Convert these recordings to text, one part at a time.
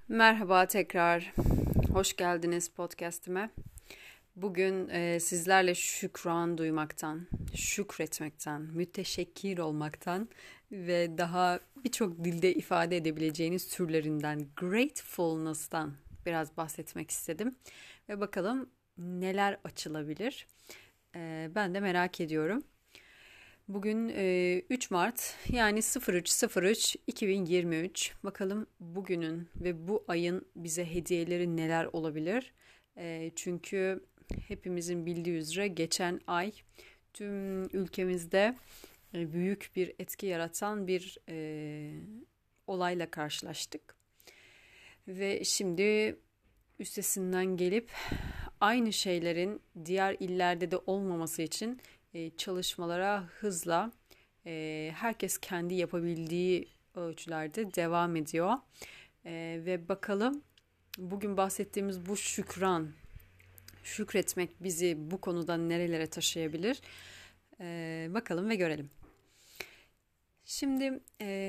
Merhaba tekrar. Hoş geldiniz podcast'ime. Bugün sizlerle şükran duymaktan, şükretmekten, müteşekkir olmaktan ve daha birçok dilde ifade edebileceğiniz türlerinden gratefulness'tan biraz bahsetmek istedim. Ve bakalım neler açılabilir. Ben de merak ediyorum. Bugün 3 Mart yani 03.03.2023. Bakalım bugünün ve bu ayın bize hediyeleri neler olabilir? Çünkü hepimizin bildiği üzere geçen ay tüm ülkemizde büyük bir etki yaratan bir olayla karşılaştık. Ve şimdi üstesinden gelip aynı şeylerin diğer illerde de olmaması için çalışmalara hızla herkes kendi yapabildiği ölçülerde devam ediyor. Ve bakalım bugün bahsettiğimiz bu şükretmek bizi bu konuda nerelere taşıyabilir? Bakalım ve görelim. Şimdi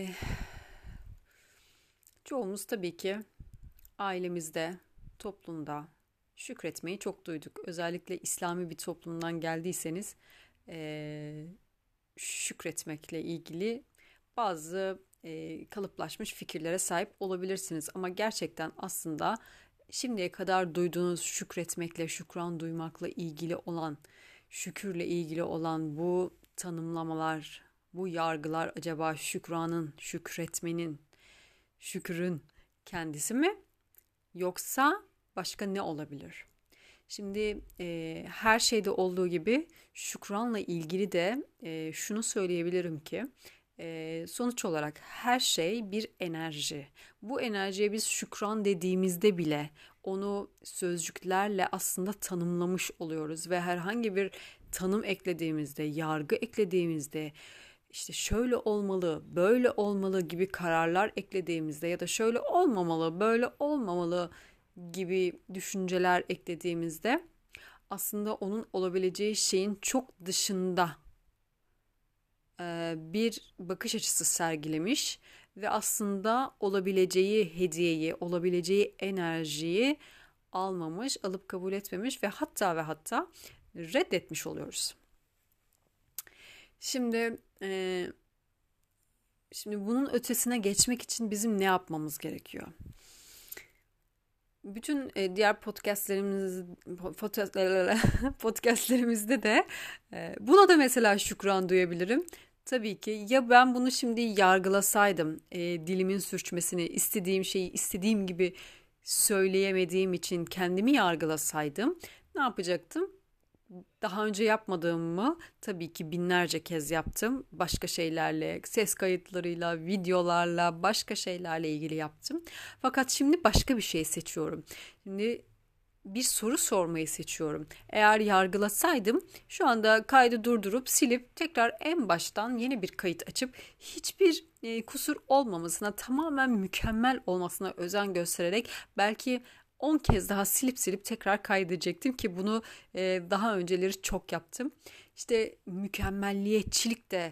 çoğumuz tabii ki ailemizde, toplumda şükretmeyi çok duyduk. Özellikle İslami bir toplumdan geldiyseniz şükretmekle ilgili bazı kalıplaşmış fikirlere sahip olabilirsiniz. Ama gerçekten aslında şimdiye kadar duyduğunuz şükretmekle, şükran duymakla ilgili olan, şükürle ilgili olan bu tanımlamalar, bu yargılar acaba şükranın, şükretmenin, şükürün kendisi mi? Yoksa başka ne olabilir? Şimdi her şeyde olduğu gibi şükranla ilgili de şunu söyleyebilirim ki sonuç olarak her şey bir enerji. Bu enerjiye biz şükran dediğimizde bile onu sözcüklerle aslında tanımlamış oluyoruz ve herhangi bir tanım eklediğimizde, yargı eklediğimizde işte şöyle olmalı, böyle olmalı gibi kararlar eklediğimizde ya da şöyle olmamalı, böyle olmamalı gibi düşünceler eklediğimizde aslında onun olabileceği şeyin çok dışında bir bakış açısı sergilemiş ve aslında olabileceği hediyeyi, olabileceği enerjiyi almamış, alıp kabul etmemiş ve hatta reddetmiş oluyoruz. Şimdi bunun ötesine geçmek için bizim ne yapmamız gerekiyor? Bütün diğer podcastlerimizde de buna da mesela şükran duyabilirim. Tabii ki ya ben bunu şimdi yargılasaydım, dilimin sürçmesini, istediğim şeyi istediğim gibi söyleyemediğim için kendimi yargılasaydım ne yapacaktım? Daha önce yapmadığımı tabii ki binlerce kez yaptım. Başka şeylerle, ses kayıtlarıyla, videolarla, başka şeylerle ilgili yaptım. Fakat şimdi başka bir şey seçiyorum. Şimdi bir soru sormayı seçiyorum. Eğer yargılasaydım şu anda kaydı durdurup silip tekrar en baştan yeni bir kayıt açıp hiçbir kusur olmamasına, tamamen mükemmel olmasına özen göstererek belki 10 kez daha silip tekrar kaydedecektim ki bunu daha önceleri çok yaptım. İşte mükemmelliyetçilik de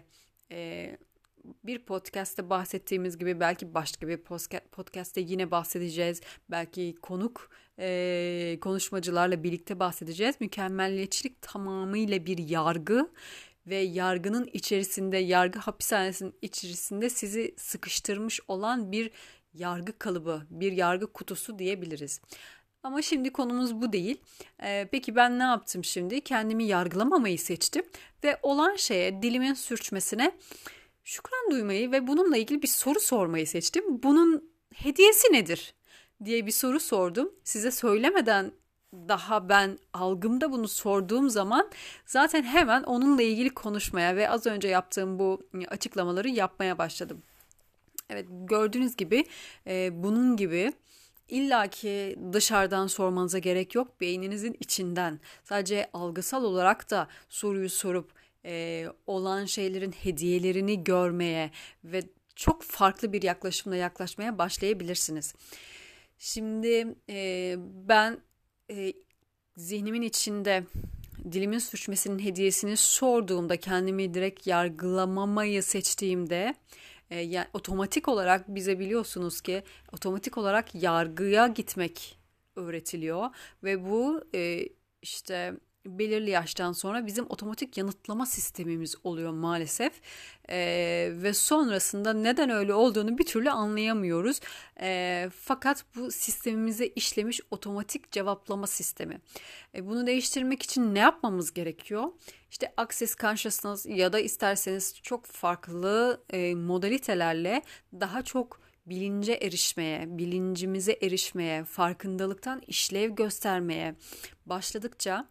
bir podcast'te bahsettiğimiz gibi belki başka bir podcast'te yine bahsedeceğiz. Belki konuk konuşmacılarla birlikte bahsedeceğiz. Mükemmelliyetçilik tamamıyla bir yargı ve yargının içerisinde, yargı hapishanesinin içerisinde sizi sıkıştırmış olan bir yargı kalıbı, bir yargı kutusu diyebiliriz. Ama şimdi konumuz bu değil. Peki ben ne yaptım şimdi? Kendimi yargılamamayı seçtim ve olan şeye, dilimin sürçmesine şükran duymayı ve bununla ilgili bir soru sormayı seçtim. Bunun hediyesi nedir diye bir soru sordum. Size söylemeden daha ben algımda bunu sorduğum zaman zaten hemen onunla ilgili konuşmaya ve az önce yaptığım bu açıklamaları yapmaya başladım. Evet, gördüğünüz gibi bunun gibi illaki dışarıdan sormanıza gerek yok. Beyninizin içinden sadece algısal olarak da soruyu sorup olan şeylerin hediyelerini görmeye ve çok farklı bir yaklaşımla yaklaşmaya başlayabilirsiniz. Şimdi ben zihnimin içinde dilimin sürçmesinin hediyesini sorduğumda, kendimi direkt yargılamamayı seçtiğimde Yani otomatik olarak bize biliyorsunuz ki otomatik olarak yargıya gitmek öğretiliyor ve bu işte belirli yaştan sonra bizim otomatik yanıtlama sistemimiz oluyor maalesef. Ve sonrasında neden öyle olduğunu bir türlü anlayamıyoruz. Fakat bu sistemimize işlemiş otomatik cevaplama sistemi. Bunu değiştirmek için ne yapmamız gerekiyor? İşte Access Consciousness ya da isterseniz çok farklı modalitelerle daha çok bilince erişmeye, bilincimize erişmeye, farkındalıktan işlev göstermeye başladıkça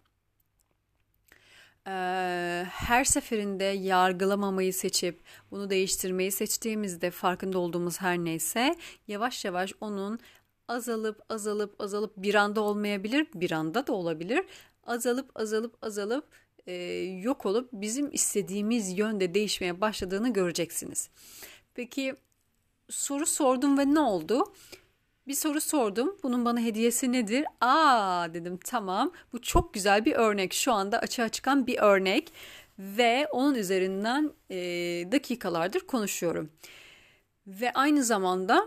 her seferinde yargılamamayı seçip bunu değiştirmeyi seçtiğimizde farkında olduğumuz her neyse yavaş yavaş onun azalıp bir anda olmayabilir, bir anda da olabilir. Azalıp yok olup bizim istediğimiz yönde değişmeye başladığını göreceksiniz. Peki soru sordum ve ne oldu? Bir soru sordum. Bunun bana hediyesi nedir? Dedim tamam. Bu çok güzel bir örnek. Şu anda açığa çıkan bir örnek. Ve onun üzerinden dakikalardır konuşuyorum. Ve aynı zamanda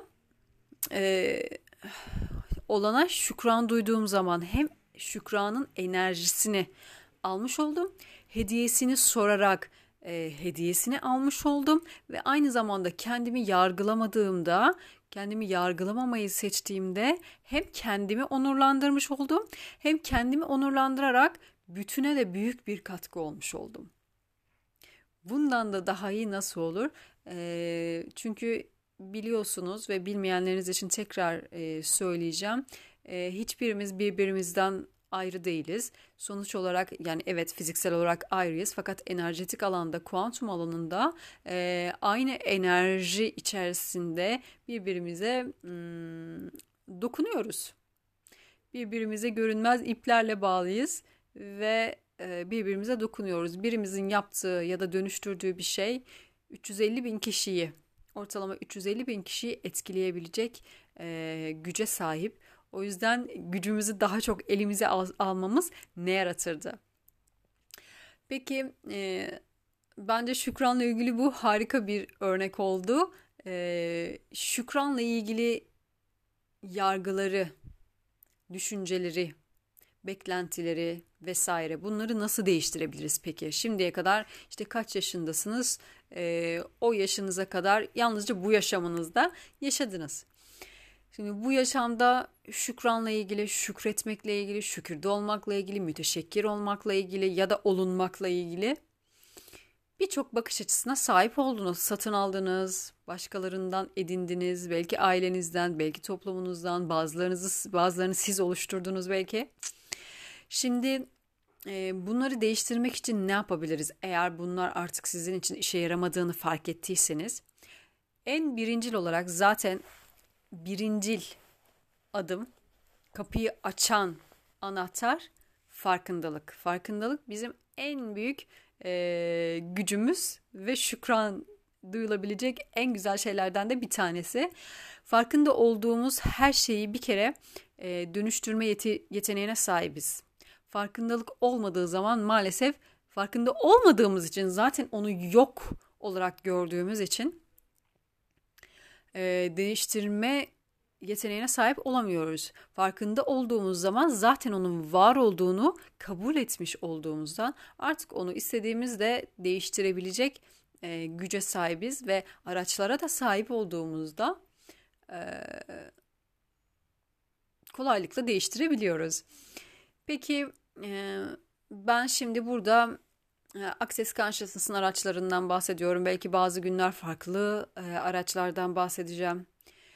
olana şükran duyduğum zaman hem şükranın enerjisini almış oldum. Hediyesini sorarak hediyesini almış oldum. Ve aynı zamanda kendimi yargılamamayı seçtiğimde hem kendimi onurlandırmış oldum hem kendimi onurlandırarak bütüne de büyük bir katkı olmuş oldum. Bundan da daha iyi nasıl olur? Çünkü biliyorsunuz ve bilmeyenleriniz için tekrar söyleyeceğim. Hiçbirimiz birbirimizden ayrı değiliz. Sonuç olarak yani evet fiziksel olarak ayrıyız fakat enerjetik alanda, kuantum alanında aynı enerji içerisinde birbirimize dokunuyoruz. Birbirimize görünmez iplerle bağlıyız ve birbirimize dokunuyoruz. Birimizin yaptığı ya da dönüştürdüğü bir şey 350 bin kişiyi, ortalama 350 bin kişiyi etkileyebilecek güce sahip. O yüzden gücümüzü daha çok elimize almamız ne yaratırdı? Peki bence şükranla ilgili bu harika bir örnek oldu. Şükranla ilgili yargıları, düşünceleri, beklentileri vesaire bunları nasıl değiştirebiliriz peki? Şimdiye kadar işte kaç yaşındasınız? O yaşınıza kadar yalnızca bu yaşamınızda yaşadınız. Şimdi bu yaşamda şükranla ilgili, şükretmekle ilgili, şükürde olmakla ilgili, müteşekkir olmakla ilgili ya da olunmakla ilgili birçok bakış açısına sahip oldunuz. Satın aldınız, başkalarından edindiniz, belki ailenizden, belki toplumunuzdan, bazılarını siz oluşturdunuz belki. Şimdi bunları değiştirmek için ne yapabiliriz? Eğer bunlar artık sizin için işe yaramadığını fark ettiyseniz, en birincil olarak zaten birincil adım, kapıyı açan anahtar farkındalık. Farkındalık bizim en büyük gücümüz ve şükran duyulabilecek en güzel şeylerden de bir tanesi. Farkında olduğumuz her şeyi bir kere dönüştürme yeteneğine sahibiz. Farkındalık olmadığı zaman maalesef farkında olmadığımız için zaten onu yok olarak gördüğümüz için değiştirme yeteneğine sahip olamıyoruz. Farkında olduğumuz zaman zaten onun var olduğunu kabul etmiş olduğumuzdan artık onu istediğimizde değiştirebilecek güce sahibiz ve araçlara da sahip olduğumuzda kolaylıkla değiştirebiliyoruz. Peki ben şimdi burada Access Consciousness'ın araçlarından bahsediyorum. Belki bazı günler farklı araçlardan bahsedeceğim.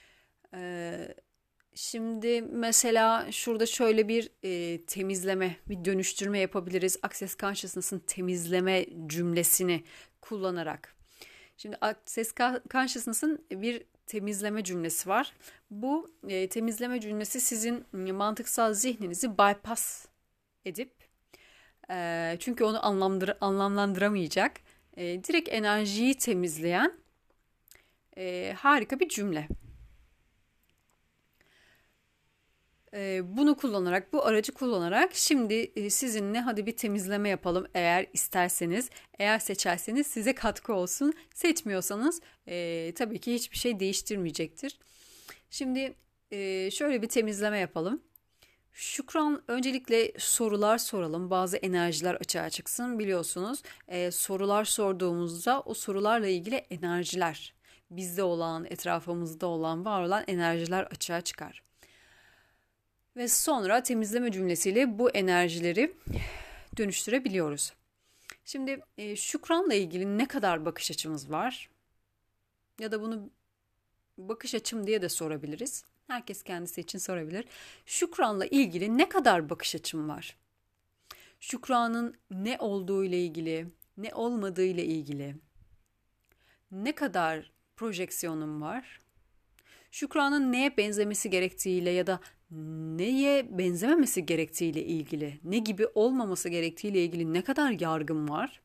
Şimdi mesela şurada şöyle bir temizleme, bir dönüştürme yapabiliriz. Access Consciousness'ın temizleme cümlesini kullanarak. Şimdi Access Consciousness'ın bir temizleme cümlesi var. Bu temizleme cümlesi sizin mantıksal zihninizi bypass edip çünkü onu anlamlandıramayacak direkt enerjiyi temizleyen harika bir cümle. Bunu kullanarak, bu aracı kullanarak şimdi sizinle hadi bir temizleme yapalım eğer isterseniz. Eğer seçerseniz size katkı olsun. Seçmiyorsanız tabii ki hiçbir şey değiştirmeyecektir. Şimdi şöyle bir temizleme yapalım. Şükran, öncelikle sorular soralım. Bazı enerjiler açığa çıksın. Biliyorsunuz sorular sorduğumuzda o sorularla ilgili enerjiler, bizde olan, etrafımızda olan, var olan enerjiler açığa çıkar. Ve sonra temizleme cümlesiyle bu enerjileri dönüştürebiliyoruz. Şimdi şükranla ilgili ne kadar bakış açımız var? Ya da bunu bakış açım diye de sorabiliriz. Herkes kendisi için sorabilir. Şükranla ilgili ne kadar bakış açım var? Şükranın ne olduğu ile ilgili, ne olmadığı ile ilgili ne kadar projeksiyonum var? Şükranın neye benzemesi gerektiğiyle ya da neye benzememesi gerektiğiyle ilgili, ne gibi olmaması gerektiğiyle ilgili ne kadar yargım var?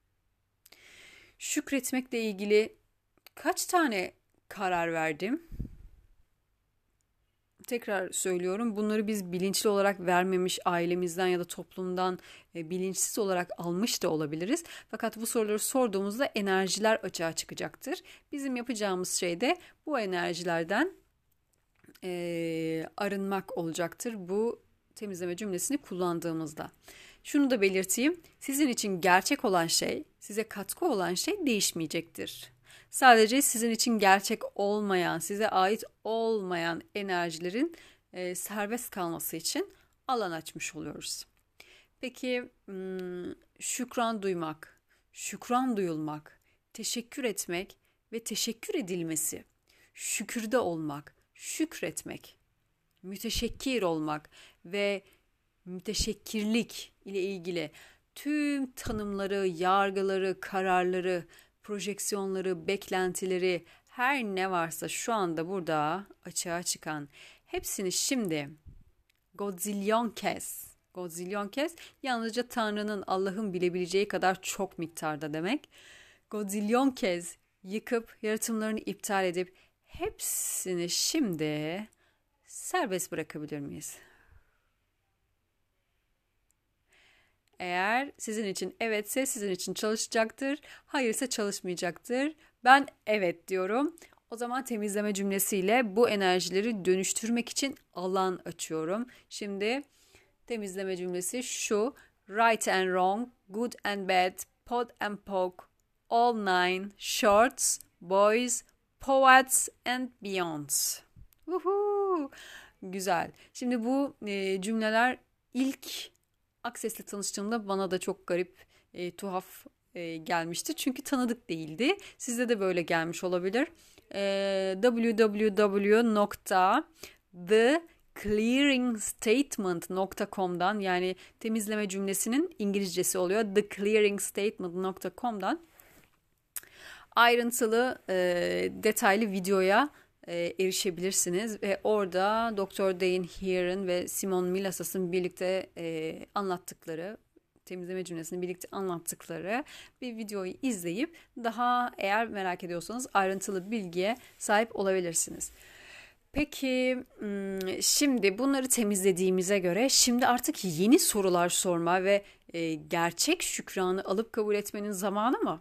Şükretmekle ilgili kaç tane karar verdim? Tekrar söylüyorum, bunları biz bilinçli olarak vermemiş, ailemizden ya da toplumdan bilinçsiz olarak almış da olabiliriz. Fakat bu soruları sorduğumuzda enerjiler açığa çıkacaktır. Bizim yapacağımız şey de bu enerjilerden arınmak olacaktır bu temizleme cümlesini kullandığımızda. Şunu da belirteyim, sizin için gerçek olan şey, size katkı olan şey değişmeyecektir. Sadece sizin için gerçek olmayan, size ait olmayan enerjilerin serbest kalması için alan açmış oluyoruz. Peki şükran duymak, şükran duyulmak, teşekkür etmek ve teşekkür edilmesi, şükürde olmak, şükretmek, müteşekkir olmak ve müteşekkirlik ile ilgili tüm tanımları, yargıları, kararları, projeksiyonları, beklentileri, her ne varsa şu anda burada açığa çıkan hepsini şimdi godzilyon kez yalnızca Tanrı'nın, Allah'ın bilebileceği kadar çok miktarda demek. Godzilyon kez yıkıp yaratımlarını iptal edip hepsini şimdi serbest bırakabilir miyiz? Eğer sizin için evetse sizin için çalışacaktır, hayırsa çalışmayacaktır. Ben evet diyorum. O zaman temizleme cümlesiyle bu enerjileri dönüştürmek için alan açıyorum. Şimdi temizleme cümlesi şu: right and wrong, good and bad, pod and poke, all nine, shorts, boys, poets and beyonds. Uhu! Güzel. Şimdi bu cümleler ilk Akses'le tanıştığımda bana da çok garip, tuhaf gelmişti. Çünkü tanıdık değildi. Sizde de böyle gelmiş olabilir. www.theclearingstatement.com'dan, yani temizleme cümlesinin İngilizcesi oluyor. theclearingstatement.com'dan ayrıntılı, detaylı videoya erişebilirsiniz ve orada Dr. Dain Heer'in ve Simon Milasas'ın birlikte anlattıkları, temizleme cümlesini birlikte anlattıkları bir videoyu izleyip daha, eğer merak ediyorsanız, ayrıntılı bilgiye sahip olabilirsiniz. Peki şimdi bunları temizlediğimize göre şimdi artık yeni sorular sorma ve gerçek şükranı alıp kabul etmenin zamanı mı?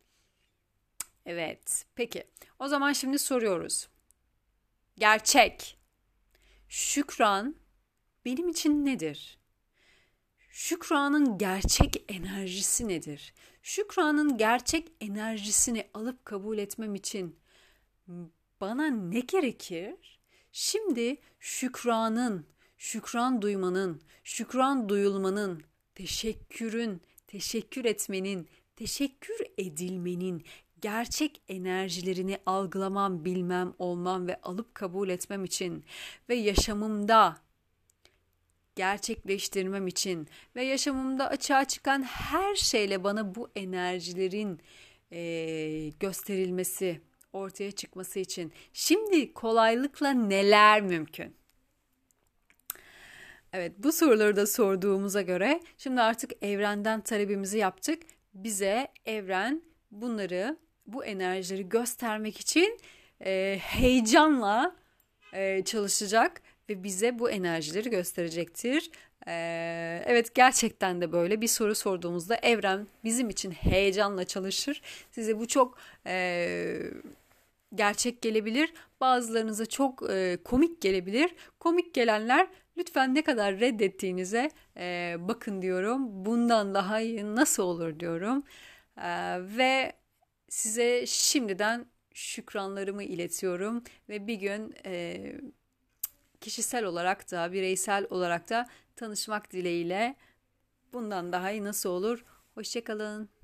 Evet, peki. O zaman şimdi soruyoruz. Gerçek şükran benim için nedir? Şükranın gerçek enerjisi nedir? Şükranın gerçek enerjisini alıp kabul etmem için bana ne gerekir? Şimdi şükranın, şükran duymanın, şükran duyulmanın, teşekkürün, teşekkür etmenin, teşekkür edilmenin gerçek enerjilerini algılamam, bilmem, olmam ve alıp kabul etmem için ve yaşamımda gerçekleştirmem için ve yaşamımda açığa çıkan her şeyle bana bu enerjilerin gösterilmesi, ortaya çıkması için şimdi kolaylıkla neler mümkün? Evet, bu soruları da sorduğumuza göre şimdi artık evrenden talebimizi yaptık. Bize evren bunları, bu enerjileri göstermek için heyecanla çalışacak ve ve bize bu enerjileri gösterecektir. Evet, gerçekten de böyle bir soru sorduğumuzda evren bizim için heyecanla çalışır. Size bu çok gerçek gelebilir. Bazılarınıza çok komik gelebilir. Komik gelenler lütfen ne kadar reddettiğinize bakın diyorum. Bundan daha iyi nasıl olur diyorum. Ve size şimdiden şükranlarımı iletiyorum. Ve bir gün kişisel olarak da bireysel olarak da tanışmak dileğiyle bundan daha iyi nasıl olur? Hoşça kalın.